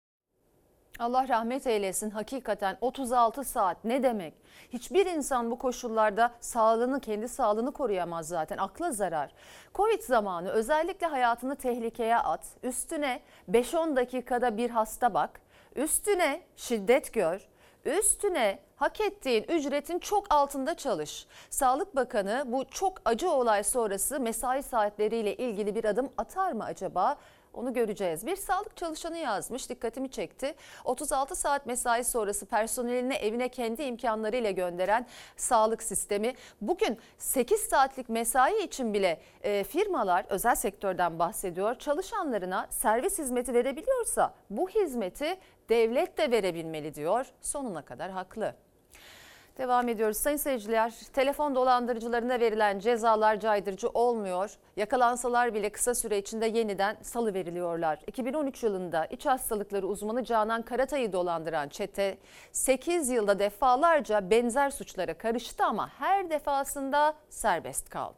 Allah rahmet eylesin. Hakikaten otuz altı saat ne demek? Hiçbir insan bu koşullarda sağlığını, kendi sağlığını koruyamaz zaten. Akla zarar. Covid zamanı özellikle hayatını tehlikeye at. Üstüne beş on dakikada bir hasta bak. Üstüne şiddet gör. Üstüne hak ettiğin ücretin çok altında çalış. Sağlık Bakanı bu çok acı olay sonrası mesai saatleriyle ilgili bir adım atar mı acaba? Onu göreceğiz. Bir sağlık çalışanı yazmış, dikkatimi çekti. otuz altı saat mesai sonrası personelini evine kendi imkanlarıyla gönderen sağlık sistemi. Bugün sekiz saatlik mesai için bile e, firmalar, özel sektörden bahsediyor, çalışanlarına servis hizmeti verebiliyorsa bu hizmeti devlet de verebilmeli diyor. Sonuna kadar haklı. Devam ediyoruz sayın seyirciler. Telefon dolandırıcılarına verilen cezalar caydırıcı olmuyor. Yakalansalar bile kısa süre içinde yeniden salıveriliyorlar. iki bin on üç yılında iç hastalıkları uzmanı Canan Karatay'ı dolandıran çete sekiz yılda defalarca benzer suçlara karıştı ama her defasında serbest kaldı.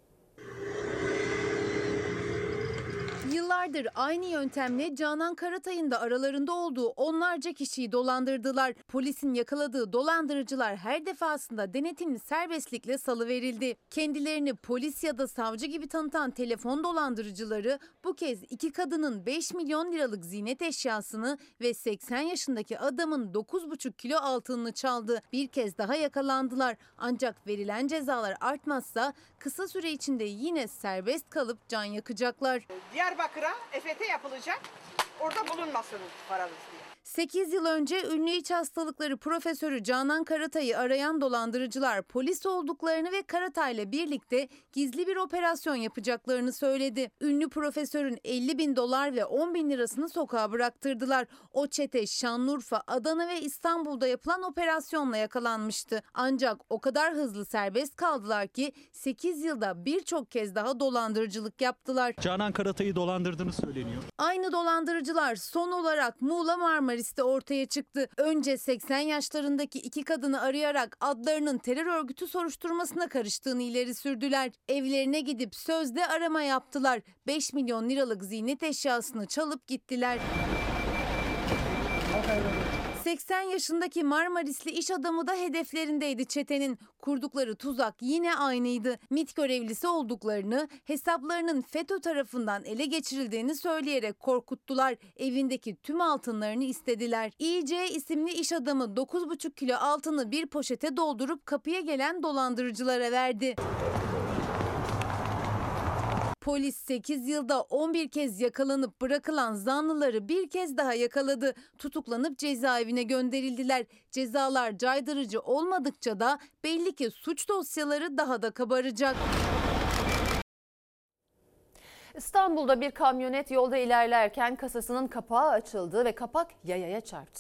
Yıllardır aynı yöntemle Canan Karatay'ın da aralarında olduğu onlarca kişiyi dolandırdılar. Polisin yakaladığı dolandırıcılar her defasında denetimli serbestlikle salıverildi. Kendilerini polis ya da savcı gibi tanıtan telefon dolandırıcıları bu kez iki kadının beş milyon liralık ziynet eşyasını ve seksen yaşındaki adamın dokuz buçuk kilo altınını çaldı. Bir kez daha yakalandılar. Ancak verilen cezalar artmazsa kısa süre içinde yine serbest kalıp can yakacaklar. Diyarbakır'a E F T yapılacak, orada bulunmasın paranız diye. sekiz yıl önce ünlü iç hastalıkları profesörü Canan Karatay'ı arayan dolandırıcılar polis olduklarını ve Karatay'la birlikte gizli bir operasyon yapacaklarını söyledi. Ünlü profesörün elli bin dolar ve on bin lirasını sokağa bıraktırdılar. O çete Şanlıurfa, Adana ve İstanbul'da yapılan operasyonla yakalanmıştı. Ancak o kadar hızlı serbest kaldılar ki sekiz yılda birçok kez daha dolandırıcılık yaptılar. Canan Karatay'ı dolandırdığını söyleniyor. Aynı dolandırıcılar son olarak Muğla Marmaris'te ortaya çıktı. Önce seksen yaşlarındaki iki kadını arayarak adlarının terör örgütü soruşturmasına karıştığını ileri sürdüler. Evlerine gidip sözde arama yaptılar. beş milyon liralık ziynet eşyasını çalıp gittiler. seksen yaşındaki Marmarisli iş adamı da hedeflerindeydi çetenin. Kurdukları tuzak yine aynıydı. MİT görevlisi olduklarını, hesaplarının FETÖ tarafından ele geçirildiğini söyleyerek korkuttular. Evindeki tüm altınlarını istediler. İ C isimli iş adamı dokuz buçuk kilo altını bir poşete doldurup kapıya gelen dolandırıcılara verdi. Polis sekiz yılda on bir kez yakalanıp bırakılan zanlıları bir kez daha yakaladı. Tutuklanıp cezaevine gönderildiler. Cezalar caydırıcı olmadıkça da belli ki suç dosyaları daha da kabaracak. İstanbul'da bir kamyonet yolda ilerlerken kasasının kapağı açıldı ve kapak yayaya çarptı.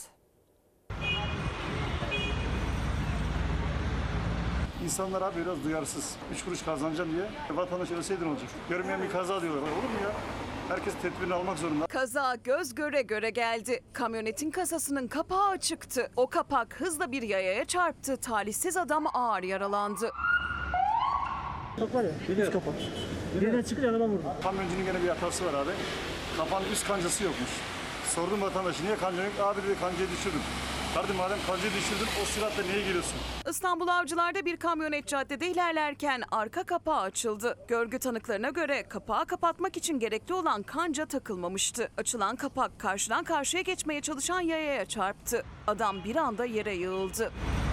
İnsanlar abi biraz duyarsız. Üç kuruş kazanacağım diye vatandaş ölseydin olacak. Görmeyen bir kaza diyorlar. Olur mu ya? Herkes tedbirini almak zorunda. Kaza göz göre göre geldi. Kamyonetin kasasının kapağı açıktı. O kapak hızla bir yayaya çarptı. Talihsiz adam ağır yaralandı. Bak var ya, deniz kapak. Birden çıkınca adam vurdu. Kamyoncunun gene bir hatası var abi. Kafanın üst kancası yokmuş. Sordum vatandaşı niye kanca yok? Abi dedi kancayı düşürdüm. Kardeşim madem kancayı düşürdün o silahla niye geliyorsun? İstanbul Avcılar'da bir kamyonet caddede ilerlerken arka kapağı açıldı. Görgü tanıklarına göre kapağı kapatmak için gerekli olan kanca takılmamıştı. Açılan kapak karşıdan karşıya geçmeye çalışan yayaya çarptı. Adam bir anda yere yığıldı.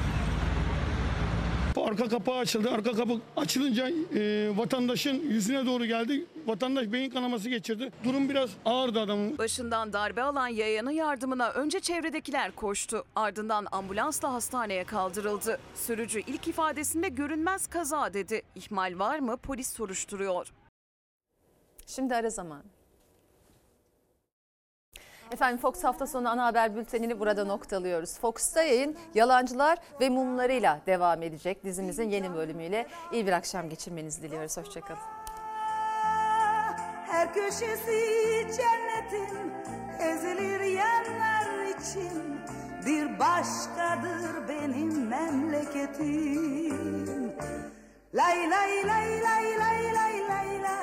Arka kapağı açıldı. Arka kapı açılınca e, vatandaşın yüzüne doğru geldi. Vatandaş beyin kanaması geçirdi. Durum biraz ağırdı adamın. Başından darbe alan yayanın yardımına önce çevredekiler koştu. Ardından ambulansla hastaneye kaldırıldı. Sürücü ilk ifadesinde görünmez kaza dedi. İhmal var mı? Polis soruşturuyor. Şimdi ara zamanı. Efendim Fox hafta sonu ana haber bültenini burada noktalıyoruz. Fox'ta yayın Yalancılar ve Mumlarıyla devam edecek. Dizimizin yeni bölümüyle iyi bir akşam geçirmenizi diliyoruz. Hoşçakalın. Her köşesi cennetin ezilir yanlar için bir başkadır benim memleketim. Lay lay lay lay lay lay lay lay.